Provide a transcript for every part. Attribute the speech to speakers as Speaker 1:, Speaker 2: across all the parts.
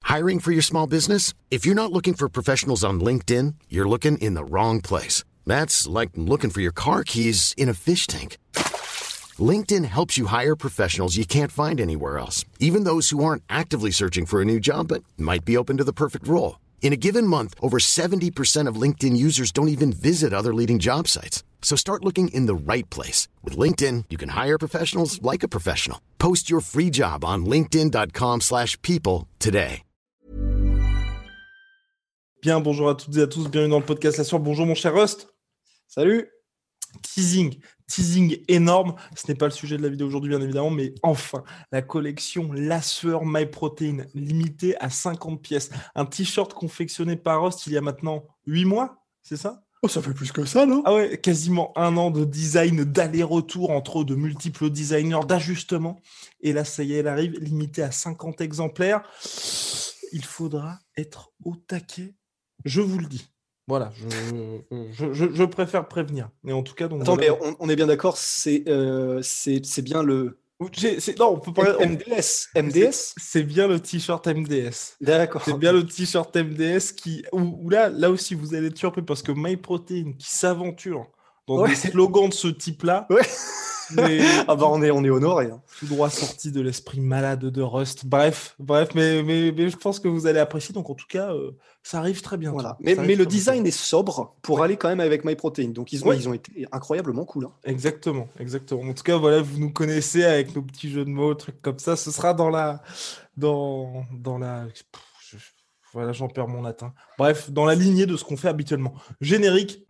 Speaker 1: Hiring for your small business? If you're not looking for professionals on LinkedIn, you're looking in the wrong place. That's like looking for your car keys in a fish tank. LinkedIn helps you hire professionals you can't find anywhere else, even those who aren't actively searching for a new job but might be open to the perfect role. In a given month, over 70% of LinkedIn users don't even visit other leading job sites. So start looking in the right place. With LinkedIn, you can hire professionals like a professional. Post your free job on linkedin.com/people today.
Speaker 2: Bien, bonjour à toutes et à tous, bienvenue dans le podcast La Sueur. Bonjour mon cher Rust.
Speaker 3: Salut.
Speaker 2: Teasing énorme. Ce n'est pas le sujet de la vidéo aujourd'hui, bien évidemment, mais enfin, la collection La Sueur MyProtein, limitée à 50 pièces. Un t-shirt confectionné par Rust il y a maintenant 8 mois, c'est ça ?
Speaker 3: Oh, ça fait plus que ça, non ?
Speaker 2: Ah ouais, quasiment un an de design, d'aller-retour entre de multiples designers, d'ajustements. Et là, ça y est, elle arrive, limitée à 50 exemplaires. Il faudra être au taquet, je vous le dis. Voilà, je préfère prévenir. Mais en tout cas, donc.
Speaker 3: Attends,
Speaker 2: voilà.
Speaker 3: mais on est bien d'accord, c'est bien le.
Speaker 2: Non, on peut parler.
Speaker 3: MDS.
Speaker 2: C'est bien le t-shirt MDS.
Speaker 3: D'accord.
Speaker 2: C'est bien le t-shirt MDS où là aussi vous allez être surpris parce que MyProtein qui s'aventure dans des slogans de ce type-là.
Speaker 3: Ouais.
Speaker 2: Mais
Speaker 3: Ah bah on est honoré. Hein.
Speaker 2: Tout droit sorti de l'esprit malade de Rust. Bref, mais je pense que vous allez apprécier. Donc en tout cas, ça arrive très bientôt.
Speaker 3: Voilà. Mais le design est sobre pour aller quand même avec MyProtein. Donc ils ont été incroyablement cool. Hein.
Speaker 2: Exactement. En tout cas, voilà, vous nous connaissez avec nos petits jeux de mots, trucs comme ça. Ce sera voilà, j'en perds mon latin. Bref, dans la lignée de ce qu'on fait habituellement. Générique.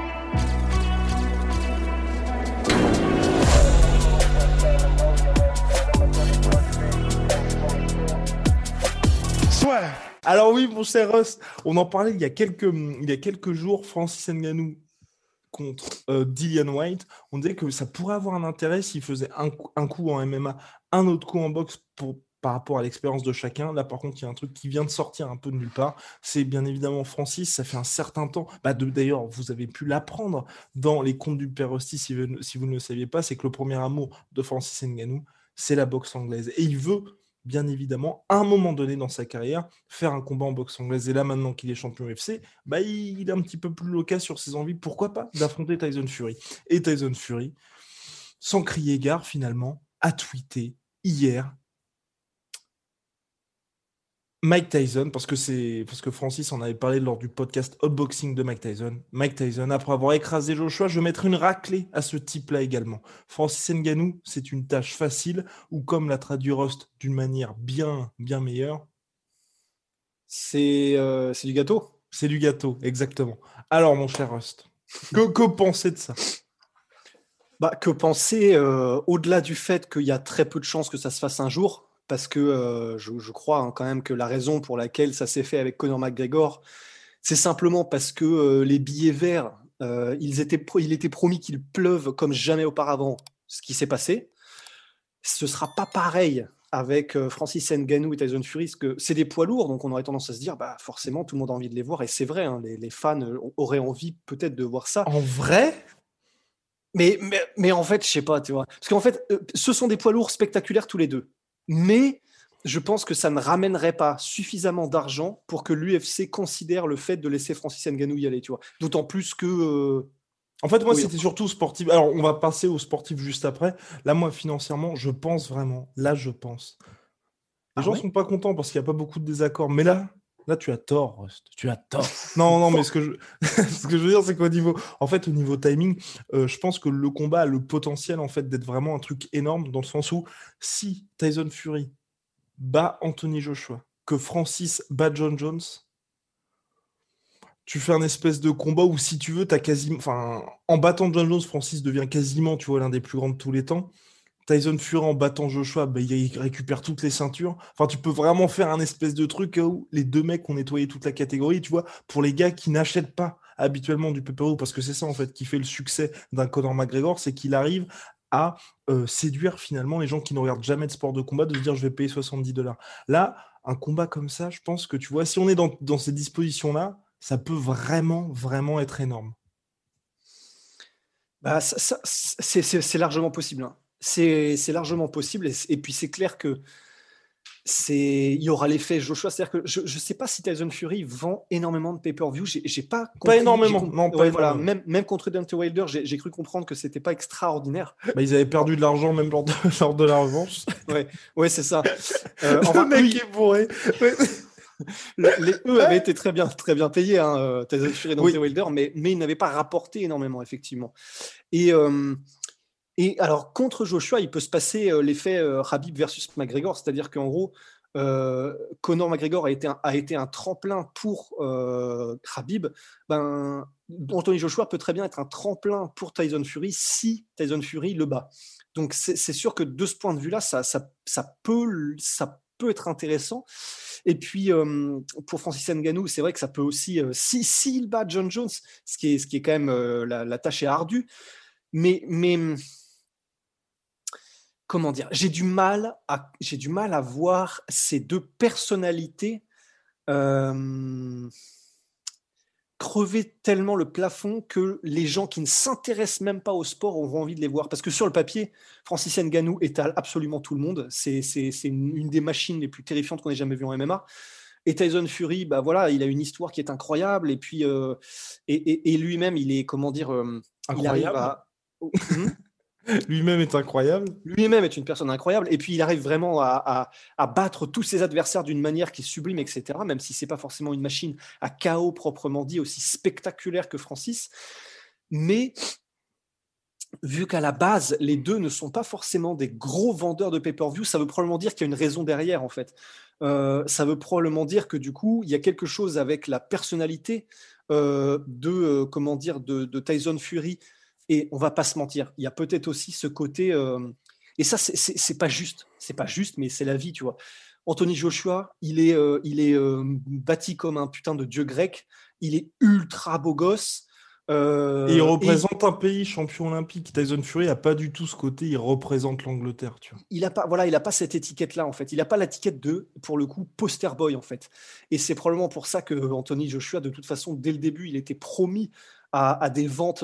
Speaker 2: Alors oui, mon cher Russ, on en parlait il y a quelques jours, Francis Ngannou contre Dillian Whyte. On disait que ça pourrait avoir un intérêt s'il faisait un coup en MMA, un autre coup en boxe par rapport à l'expérience de chacun. Là, par contre, il y a un truc qui vient de sortir un peu de nulle part. C'est bien évidemment Francis. Ça fait un certain temps. D'ailleurs, vous avez pu l'apprendre dans les contes du Père Rusty, si vous ne le saviez pas, c'est que le premier amour de Francis Ngannou, c'est la boxe anglaise. Et il veut bien évidemment, à un moment donné dans sa carrière, faire un combat en boxe anglaise. Et là, maintenant qu'il est champion UFC, il est un petit peu plus loquace sur ses envies, pourquoi pas, d'affronter Tyson Fury. Et Tyson Fury, sans crier gare finalement, a tweeté hier Mike Tyson, parce que Francis en avait parlé lors du podcast Hotboxing de Mike Tyson. Mike Tyson, après avoir écrasé Joshua, je vais mettre une raclée à ce type-là également. Francis Ngannou, c'est une tâche facile, ou comme l'a traduit Rust d'une manière bien, bien meilleure.
Speaker 3: C'est du gâteau.
Speaker 2: C'est du gâteau, exactement. Alors, mon cher Rust, que penser de ça ?
Speaker 3: Que penser, au-delà du fait qu'il y a très peu de chances que ça se fasse un jour, parce que je crois quand même que la raison pour laquelle ça s'est fait avec Conor McGregor, c'est simplement parce que les billets verts, il était promis qu'ils pleuvent comme jamais auparavant, ce qui s'est passé. Ce ne sera pas pareil avec Francis Ngannou et Tyson Fury, parce que c'est des poids lourds, donc on aurait tendance à se dire, forcément, tout le monde a envie de les voir, et c'est vrai, hein, les fans auraient envie peut-être de voir ça.
Speaker 2: En vrai ?
Speaker 3: Mais en fait, je sais pas, tu vois. Parce qu'en fait, ce sont des poids lourds spectaculaires tous les deux. Mais je pense que ça ne ramènerait pas suffisamment d'argent pour que l'UFC considère le fait de laisser Francis Ngannou y aller, tu vois. D'autant plus que...
Speaker 2: En fait, moi, c'était surtout sportif. Alors, on va passer au sportif juste après. Là, moi, financièrement, je pense vraiment. Les gens ne sont pas contents parce qu'il n'y a pas beaucoup de désaccords. Mais là, tu as tort, Rust. Tu as tort. Non, mais ce que je veux dire, c'est qu'au niveau timing, je pense que le combat a le potentiel en fait d'être vraiment un truc énorme dans le sens où si Tyson Fury bat Anthony Joshua, que Francis bat John Jones, tu fais un espèce de combat où si tu veux, en battant John Jones, Francis devient quasiment, tu vois, l'un des plus grands de tous les temps. Tyson Fury en battant Joshua, il récupère toutes les ceintures. Enfin, tu peux vraiment faire un espèce de truc où les deux mecs ont nettoyé toute la catégorie, tu vois, pour les gars qui n'achètent pas habituellement du pay-per-view, parce que c'est ça, en fait, qui fait le succès d'un Conor McGregor, c'est qu'il arrive à séduire finalement les gens qui ne regardent jamais de sport de combat, de se dire je vais payer $70. Là, un combat comme ça, je pense que, tu vois, si on est dans ces dispositions-là, ça peut vraiment, vraiment être énorme.
Speaker 3: C'est largement possible, hein. C'est largement possible. Et puis, c'est clair que il y aura l'effet Joshua. C'est-à-dire que je ne sais pas si Tyson Fury vend énormément de pay-per-view. J'ai pas compris.
Speaker 2: Pas énormément. Non, pas
Speaker 3: voilà,
Speaker 2: énormément.
Speaker 3: même contre Deontay Wilder, j'ai cru comprendre que c'était pas extraordinaire.
Speaker 2: Bah, ils avaient perdu de l'argent même lors de la revanche.
Speaker 3: Ouais, c'est ça.
Speaker 2: Le mec est bourré.
Speaker 3: Eux avaient été très bien payés, hein, Tyson Fury et Deontay Wilder, mais ils n'avaient pas rapporté énormément, effectivement. Et alors, contre Joshua, il peut se passer l'effet Khabib versus McGregor, c'est-à-dire qu'en gros, Conor McGregor a été un tremplin pour Khabib. Anthony Joshua peut très bien être un tremplin pour Tyson Fury si Tyson Fury le bat. Donc, c'est sûr que de ce point de vue-là, ça peut être intéressant. Et puis, pour Francis Ngannou, c'est vrai que ça peut aussi, s'il bat John Jones, ce qui est quand même, la tâche est ardue, mais comment dire, j'ai du mal à voir ces deux personnalités crever tellement le plafond que les gens qui ne s'intéressent même pas au sport auront envie de les voir. Parce que sur le papier, Francis Ngannou étale absolument tout le monde. C'est une des machines les plus terrifiantes qu'on ait jamais vues en MMA. Et Tyson Fury, voilà, il a une histoire qui est incroyable. Et puis, et lui-même, il est, comment dire, il arrive à...
Speaker 2: Lui-même est incroyable.
Speaker 3: Lui-même est une personne incroyable. Et puis, il arrive vraiment à battre tous ses adversaires d'une manière qui est sublime, etc. Même si ce n'est pas forcément une machine à KO proprement dit, aussi spectaculaire que Francis. Mais vu qu'à la base, les deux ne sont pas forcément des gros vendeurs de pay-per-view, ça veut probablement dire qu'il y a une raison derrière, en fait. Ça veut probablement dire que, du coup, il y a quelque chose avec la personnalité de Tyson Fury. Et on va pas se mentir, il y a peut-être aussi ce côté, et ça c'est pas juste, mais c'est la vie, tu vois. Anthony Joshua, il est bâti comme un putain de dieu grec, il est ultra beau gosse.
Speaker 2: Et il représente un pays champion olympique. Tyson Fury n'a pas du tout ce côté, il représente l'Angleterre, tu vois.
Speaker 3: Il a pas cette étiquette-là, en fait. Il n'a pas l'étiquette de, pour le coup, poster boy, en fait. Et c'est probablement pour ça que Anthony Joshua, de toute façon, dès le début, il était promis à des ventes,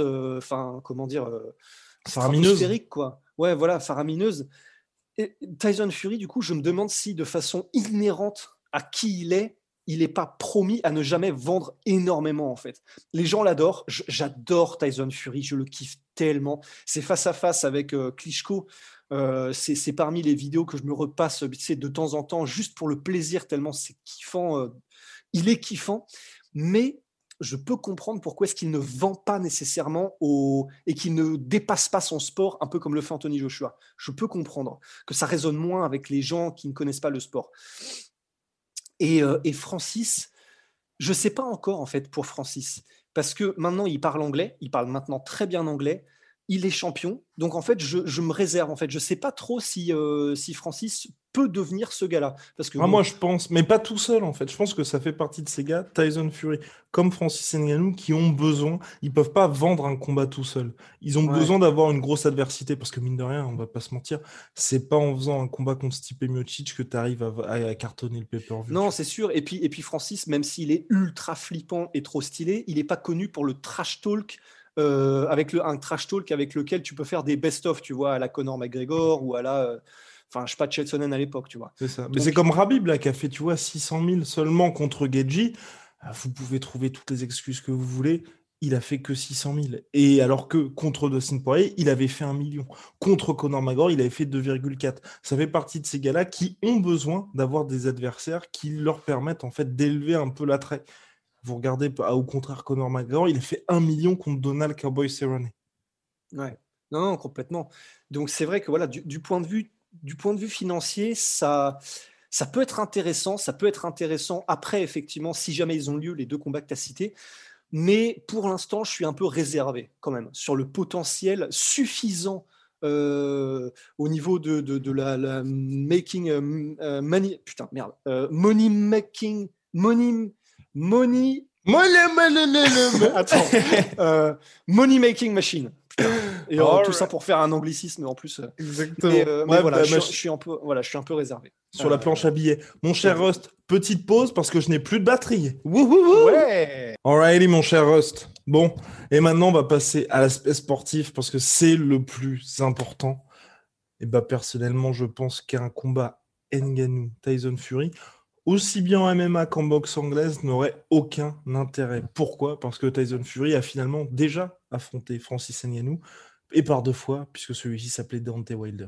Speaker 2: faramineuses,
Speaker 3: quoi. Ouais, voilà, faramineuses. Et Tyson Fury, du coup, je me demande si, de façon inhérente à qui il n'est pas promis à ne jamais vendre énormément, en fait. Les gens l'adorent. J'adore Tyson Fury. Je le kiffe tellement. C'est face à face avec Klitschko. C'est parmi les vidéos que je me repasse de temps en temps, juste pour le plaisir, tellement c'est kiffant. Il est kiffant. Mais je peux comprendre pourquoi est-ce qu'il ne vend pas nécessairement et qu'il ne dépasse pas son sport, un peu comme le fait Anthony Joshua. Je peux comprendre que ça résonne moins avec les gens qui ne connaissent pas le sport. Et Francis, je ne sais pas encore, en fait, pour Francis, parce que maintenant, il parle anglais, il parle maintenant très bien anglais, il est champion, donc en fait, je me réserve, en fait, je ne sais pas trop si Francis peut devenir ce gars-là. Parce que,
Speaker 2: moi, je pense, mais pas tout seul, en fait. Je pense que ça fait partie de ces gars, Tyson Fury, comme Francis Ngannou, qui ont besoin, ils peuvent pas vendre un combat tout seul. Ils ont besoin d'avoir une grosse adversité, parce que mine de rien, on va pas se mentir, c'est pas en faisant un combat contre Stipe Miocic que tu arrives à cartonner le pay-per-view.
Speaker 3: Non, c'est sûr. Et puis Francis, même s'il est ultra flippant et trop stylé, il n'est pas connu pour le trash talk. Un trash talk avec lequel tu peux faire des best-of, tu vois, à la Conor McGregor ou à la... Enfin, je sais pas, Chael Sonnen à l'époque, tu vois.
Speaker 2: C'est ça. Mais c'est comme Khabib, là, qui a fait, tu vois, 600 000 seulement contre Gaethje. Vous pouvez trouver toutes les excuses que vous voulez. Il a fait que 600 000. Et alors que contre Dustin Poirier, il avait fait 1 million. Contre Conor McGregor, il avait fait 2,4. Ça fait partie de ces gars-là qui ont besoin d'avoir des adversaires qui leur permettent, en fait, d'élever un peu l'attrait. Vous regardez, au contraire, Conor McGregor, il a fait 1 million contre Donald Cowboy Cerrone.
Speaker 3: Ouais. Non, complètement. Donc, c'est vrai que, voilà, du point de vue financier, ça peut être intéressant. Ça peut être intéressant après, effectivement, si jamais ils ont lieu, les deux combats que tu as cités. Mais pour l'instant, je suis un peu réservé quand même sur le potentiel suffisant au niveau de la making money. Putain, merde. Money making. Attends. Money making machine. Et tout ça pour faire un anglicisme en plus.
Speaker 2: Exactement.
Speaker 3: Mais voilà, je suis un peu réservé.
Speaker 2: Sur la planche à billets. Mon cher Rust, petite pause parce que je n'ai plus de batterie.
Speaker 3: Ouais.
Speaker 2: Alrighty, mon cher Rust. Bon, et maintenant, on va passer à l'aspect sportif parce que c'est le plus important. Et personnellement, je pense qu'un combat Ngannou, Tyson Fury, aussi bien en MMA qu'en boxe anglaise, n'aurait aucun intérêt. Pourquoi ? Parce que Tyson Fury a finalement déjà affronté Francis Ngannou, et par 2 fois, puisque celui-ci s'appelait Deontay Wilder.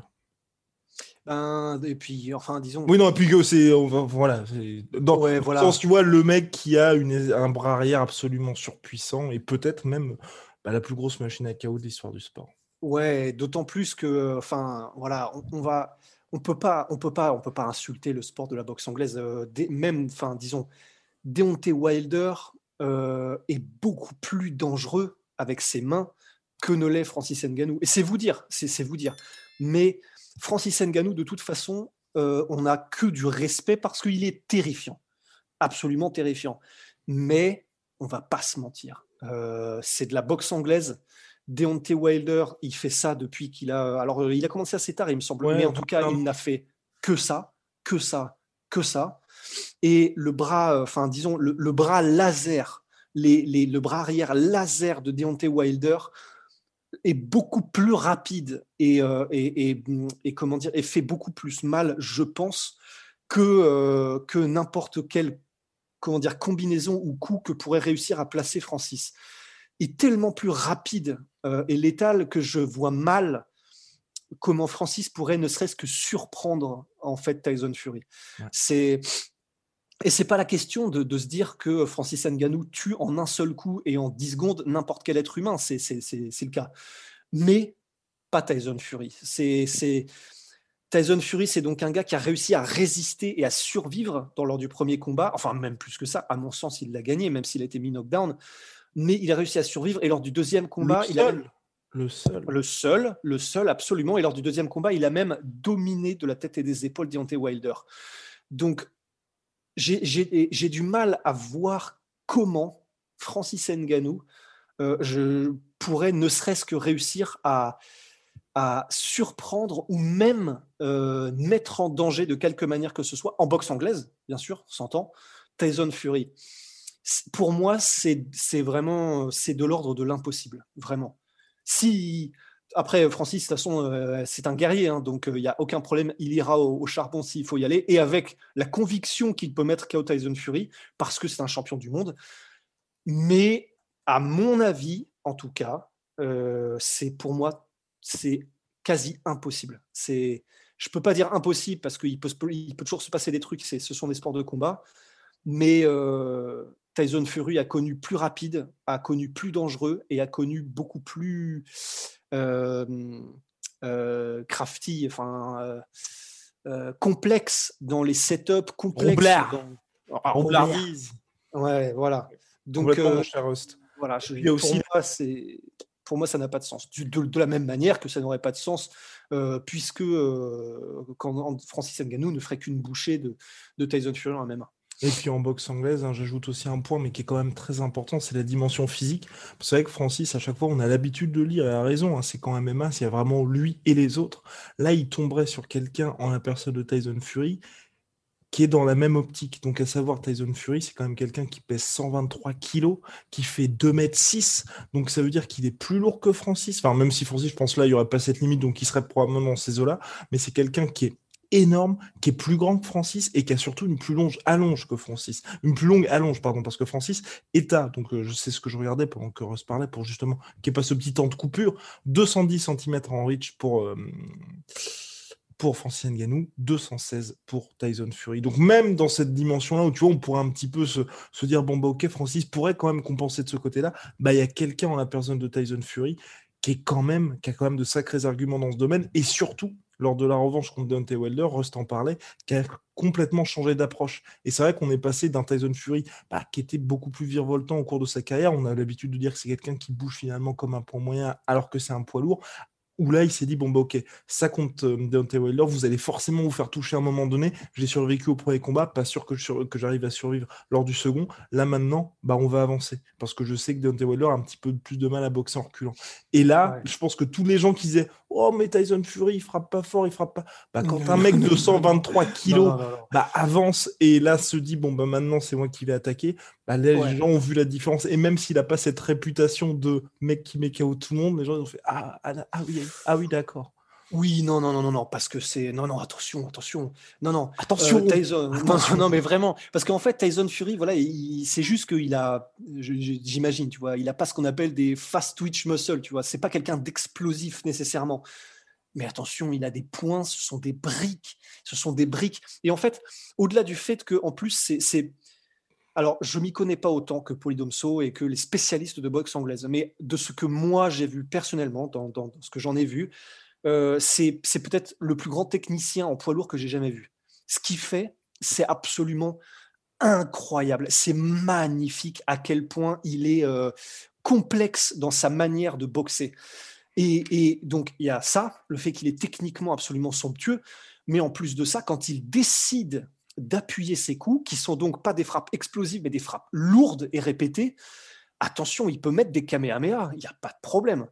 Speaker 3: Et puis, enfin, disons.
Speaker 2: Oui, non, et puis que c'est. Voilà. Dans
Speaker 3: Ouais,
Speaker 2: le
Speaker 3: voilà.
Speaker 2: sens, tu vois, le mec qui a un bras arrière absolument surpuissant, et peut-être même la plus grosse machine à KO de l'histoire du sport.
Speaker 3: Ouais, d'autant plus que, enfin, voilà, on peut pas insulter le sport de la boxe anglaise. Même, enfin, disons, Deontay Wilder est beaucoup plus dangereux avec ses mains que ne l'est Francis Ngannou. Et c'est vous dire. Mais Francis Ngannou, de toute façon, on n'a que du respect parce qu'il est terrifiant, absolument terrifiant. Mais on va pas se mentir, c'est de la boxe anglaise. Deontay Wilder, il fait ça depuis qu'il a. Alors, il a commencé assez tard, il me semble,
Speaker 2: Ouais,
Speaker 3: mais en tout cas, il n'a fait que ça, que ça, que ça. Et le bras, enfin, disons, le bras laser, le bras arrière laser de Deontay Wilder est beaucoup plus rapide et comment dire, et fait beaucoup plus mal, je pense, que n'importe quelle, comment dire, combinaison ou coup que pourrait réussir à placer Francis. Est tellement plus rapide et létal que je vois mal comment Francis pourrait ne serait-ce que surprendre en fait Tyson Fury. Ouais. Et c'est pas la question de se dire que Francis Ngannou tue en un seul coup et en 10 secondes n'importe quel être humain, c'est le cas. Mais pas Tyson Fury. Tyson Fury, c'est donc un gars qui a réussi à résister et à survivre lors du premier combat. Enfin, même plus que ça, à mon sens, il l'a gagné, même s'il a été mis knockdown. Mais il a réussi à survivre. Et lors du deuxième combat,
Speaker 2: Le
Speaker 3: seul, absolument. Et lors du deuxième combat, il a même dominé de la tête et des épaules Deontay Wilder. Donc, j'ai du mal à voir comment Francis Ngannou je pourrais ne serait-ce que réussir à surprendre ou même mettre en danger de quelque manière que ce soit, en boxe anglaise, bien sûr, s'entend, Tyson Fury. Pour moi, c'est vraiment, c'est de l'ordre de l'impossible, vraiment. Après, Francis, de toute façon, c'est un guerrier, hein, donc il n'y a aucun problème, il ira au charbon s'il faut y aller, et avec la conviction qu'il peut mettre KO Tyson Fury, parce que c'est un champion du monde. Mais à mon avis, en tout cas, pour moi, c'est quasi impossible. Je peux pas dire impossible parce qu'il peut toujours se passer des trucs, ce sont des sports de combat, mais Tyson Fury a connu plus rapide, a connu plus dangereux et a connu beaucoup plus crafty, enfin complexe dans les setups, complexe
Speaker 2: Roublardise.
Speaker 3: Ouais, voilà. Donc,
Speaker 2: mon cher Rust.
Speaker 3: Voilà, pour moi, ça n'a pas de sens. De la même manière que ça n'aurait pas de sens, puisque quand Francis Ngannou ne ferait qu'une bouchée de Tyson Fury en MMA.
Speaker 2: Et puis en boxe anglaise, j'ajoute aussi un point, mais qui est quand même très important, c'est la dimension physique. Vous savez que Francis, à chaque fois, on a l'habitude de lire, et a raison, c'est qu'en MMA, c'est vraiment lui et les autres. Là, il tomberait sur quelqu'un en la personne de Tyson Fury, qui est dans la même optique. Donc, à savoir, Tyson Fury, c'est quand même quelqu'un qui pèse 123 kilos, qui fait 2,6 m. Donc, ça veut dire qu'il est plus lourd que Francis. Enfin, même si Francis, je pense là, il n'y aurait pas cette limite, donc il serait probablement dans ces eaux-là. Mais c'est quelqu'un qui est énorme, qui est plus grand que Francis et qui a surtout une plus longue allonge que Francis. Une plus longue allonge, pardon, parce que Francis est donc je sais ce que je regardais pendant que Russ parlait, pour justement qu'il n'y ait pas ce petit temps de coupure, 210 cm en reach pour Francis Ngannou, 216 pour Tyson Fury. Donc même dans cette dimension-là où tu vois, on pourrait un petit peu se dire bon bah ok, Francis pourrait quand même compenser de ce côté-là. Bah il y a quelqu'un en la personne de Tyson Fury qui a quand même de sacrés arguments dans ce domaine, et surtout lors de la revanche contre Deontay Wilder, Rust en parlait, qui a complètement changé d'approche. Et c'est vrai qu'on est passé d'un Tyson Fury qui était beaucoup plus virevoltant au cours de sa carrière. On a l'habitude de dire que c'est quelqu'un qui bouge finalement comme un poids moyen alors que c'est un poids lourd, où là, il s'est dit, bon, bah ok, ça compte Deontay Wilder, vous allez forcément vous faire toucher à un moment donné. J'ai survécu au premier combat, pas sûr que j'arrive à survivre lors du second. Là, maintenant, bah, on va avancer, parce que je sais que Deontay Wilder a un petit peu plus de mal à boxer en reculant. Et là, je pense que tous les gens qui disaient, oh, mais Tyson Fury, il frappe pas fort, il frappe pas. Bah, quand un mec de 123 kilos avance, et là, se dit, bon, bah maintenant, c'est moi qui vais attaquer, bah, les gens ont vu la différence. Et même s'il n'a pas cette réputation de mec qui met KO tout le monde, les gens ont fait, ah oui, d'accord.
Speaker 3: Oui, non, parce que c'est... Non, attention. Non.
Speaker 2: Attention.
Speaker 3: Tyson, non, mais vraiment. Parce qu'en fait, Tyson Fury, voilà, c'est juste qu'il a, j'imagine, tu vois, il a pas ce qu'on appelle des fast twitch muscle, tu vois. C'est pas quelqu'un d'explosif nécessairement. Mais attention, il a des points, ce sont des briques. Et en fait, au-delà du fait que, en plus, c'est... Alors, je m'y connais pas autant que Polydomso et que les spécialistes de boxe anglaise, mais de ce que moi j'ai vu personnellement, dans ce que j'en ai vu, c'est peut-être le plus grand technicien en poids lourd que j'ai jamais vu. Ce qu'il fait, c'est absolument incroyable. C'est magnifique à quel point il est complexe dans sa manière de boxer. Et donc, il y a ça, le fait qu'il est techniquement absolument somptueux, mais en plus de ça, quand il décide d'appuyer ses coups, qui sont donc pas des frappes explosives, mais des frappes lourdes et répétées, attention, il peut mettre des kamehameha, il n'y a pas de problème.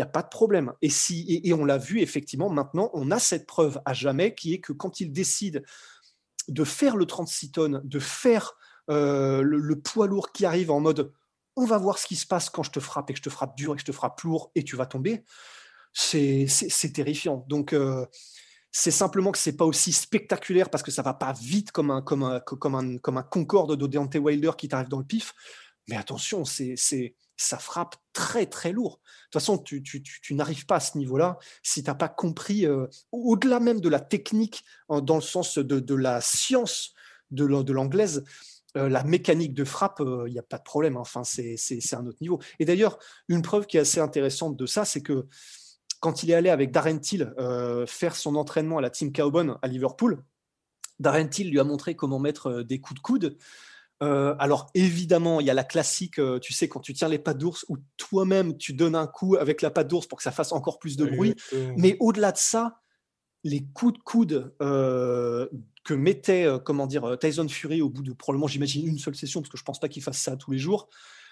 Speaker 3: Et on l'a vu, effectivement, maintenant, on a cette preuve à jamais, qui est que quand il décide de faire le 36 tonnes, de faire le poids lourd qui arrive en mode on va voir ce qui se passe quand je te frappe et que je te frappe dur et que je te frappe lourd et tu vas tomber, c'est terrifiant. Donc, c'est simplement que c'est pas aussi spectaculaire parce que ça va pas vite comme un Concorde de Deontay Wilder qui t'arrive dans le pif. Mais attention, ça frappe très très lourd. De toute façon, tu n'arrives pas à ce niveau-là si tu n'as pas compris, au-delà même de la technique, dans le sens de la science de l'anglaise, la mécanique de frappe, il n'y a pas de problème. Enfin, c'est un autre niveau. Et d'ailleurs, une preuve qui est assez intéressante de ça, c'est que quand il est allé avec Darren Till faire son entraînement à la Team Cowbone à Liverpool, Darren Till lui a montré comment mettre des coups de coude. Alors évidemment, il y a la classique, tu sais, quand tu tiens les pattes d'ours, où toi-même tu donnes un coup avec la patte d'ours pour que ça fasse encore plus de bruit. Mais au-delà de ça, les coups de coude que mettait Tyson Fury au bout de probablement, j'imagine, une seule session, parce que je pense pas qu'il fasse ça tous les jours,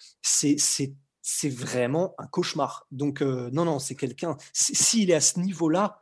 Speaker 3: c'est vraiment un cauchemar. Donc non, c'est quelqu'un, s'il est à ce niveau-là,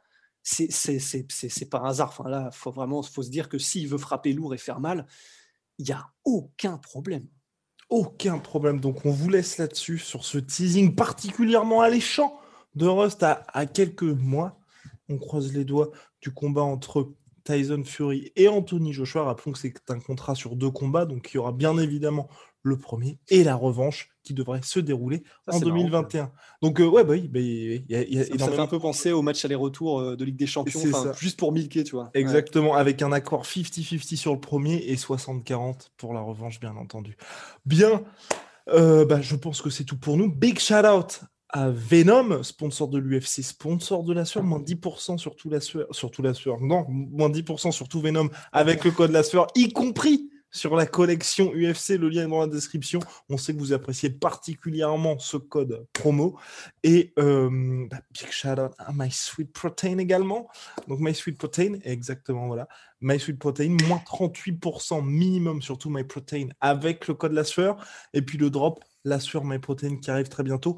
Speaker 3: c'est pas un hasard. Enfin là, faut se dire que s'il veut frapper lourd et faire mal, il n'y a aucun problème.
Speaker 2: Aucun problème. Donc, on vous laisse là-dessus, sur ce teasing particulièrement alléchant de Rust à quelques mois. On croise les doigts du combat entre Tyson Fury et Anthony Joshua. Rappelons que c'est un contrat sur 2 combats, donc il y aura bien évidemment le premier et la revanche qui devrait se dérouler en 2021. Marrant. Donc,
Speaker 3: ça fait un peu penser au match aller-retour de Ligue des Champions, juste pour milquer, tu vois.
Speaker 2: Exactement, avec un accord 50-50 sur le premier et 60-40 pour la revanche, bien entendu. Bien, je pense que c'est tout pour nous. Big shout-out à Venom, sponsor de l'UFC, sponsor de la sueur, moins 10% sur tout la sueur. Non, moins 10% sur tout Venom avec le code la sueur, y compris sur la collection UFC, le lien est dans la description. On sait que vous appréciez particulièrement ce code promo. Et big shout out à My Sweet Protein également. Donc My Sweet Protein, exactement, voilà. My Sweet Protein, moins 38% minimum sur tout My Protein avec le code la sueur. Et puis le drop, la sueur My Protein qui arrive très bientôt.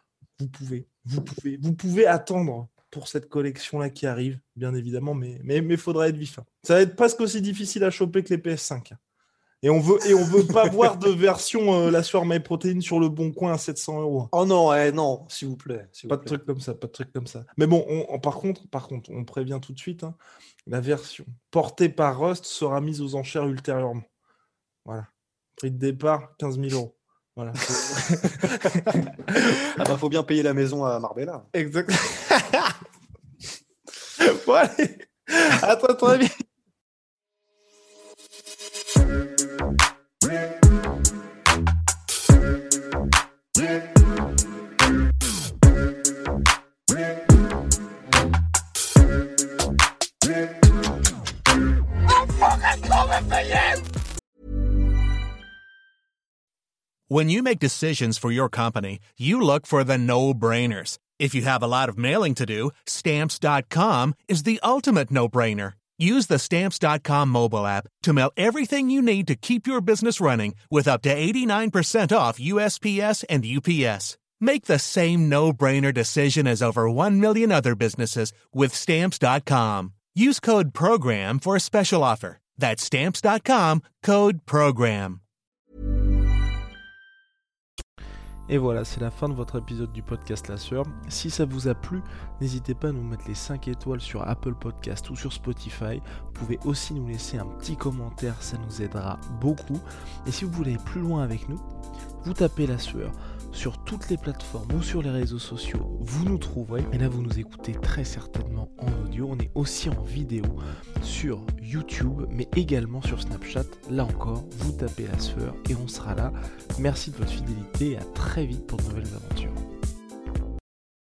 Speaker 2: Vous pouvez attendre pour cette collection-là qui arrive, bien évidemment, mais il faudra être vif. Ça va être presque aussi difficile à choper que les PS5. Et on veut pas voir de version la sueur My Protein sur le bon coin à 700 €.
Speaker 3: Oh non, s'il vous plaît.
Speaker 2: Pas de truc comme ça. Mais bon, par contre, on prévient tout de suite, hein, la version portée par Rust sera mise aux enchères ultérieurement. Voilà. Prix de départ, 15 000 €. Voilà.
Speaker 3: Faut bien payer la maison à Marbella.
Speaker 2: Exact. Bon, allez. À toi, ton avis.
Speaker 4: When you make decisions for your company, you look for the no-brainers. If you have a lot of mailing to do, Stamps.com is the ultimate no-brainer. Use the Stamps.com mobile app to mail everything you need to keep your business running with up to 89% off USPS and UPS. Make the same no-brainer decision as over 1 million other businesses with Stamps.com. Use code PROGRAM for a special offer. That's Stamps.com, code PROGRAM.
Speaker 5: Et voilà, c'est la fin de votre épisode du podcast La Sueur. Si ça vous a plu, n'hésitez pas à nous mettre les 5 étoiles sur Apple Podcast ou sur Spotify. Vous pouvez aussi nous laisser un petit commentaire, ça nous aidera beaucoup. Et si vous voulez aller plus loin avec nous, vous tapez La Sueur sur toutes les plateformes ou sur les réseaux sociaux, vous nous trouverez. Et là, vous nous écoutez très certainement en audio. On est aussi en vidéo sur YouTube, mais également sur Snapchat. Là encore, vous tapez La Sueur et on sera là. Merci de votre fidélité et à très vite pour de nouvelles aventures.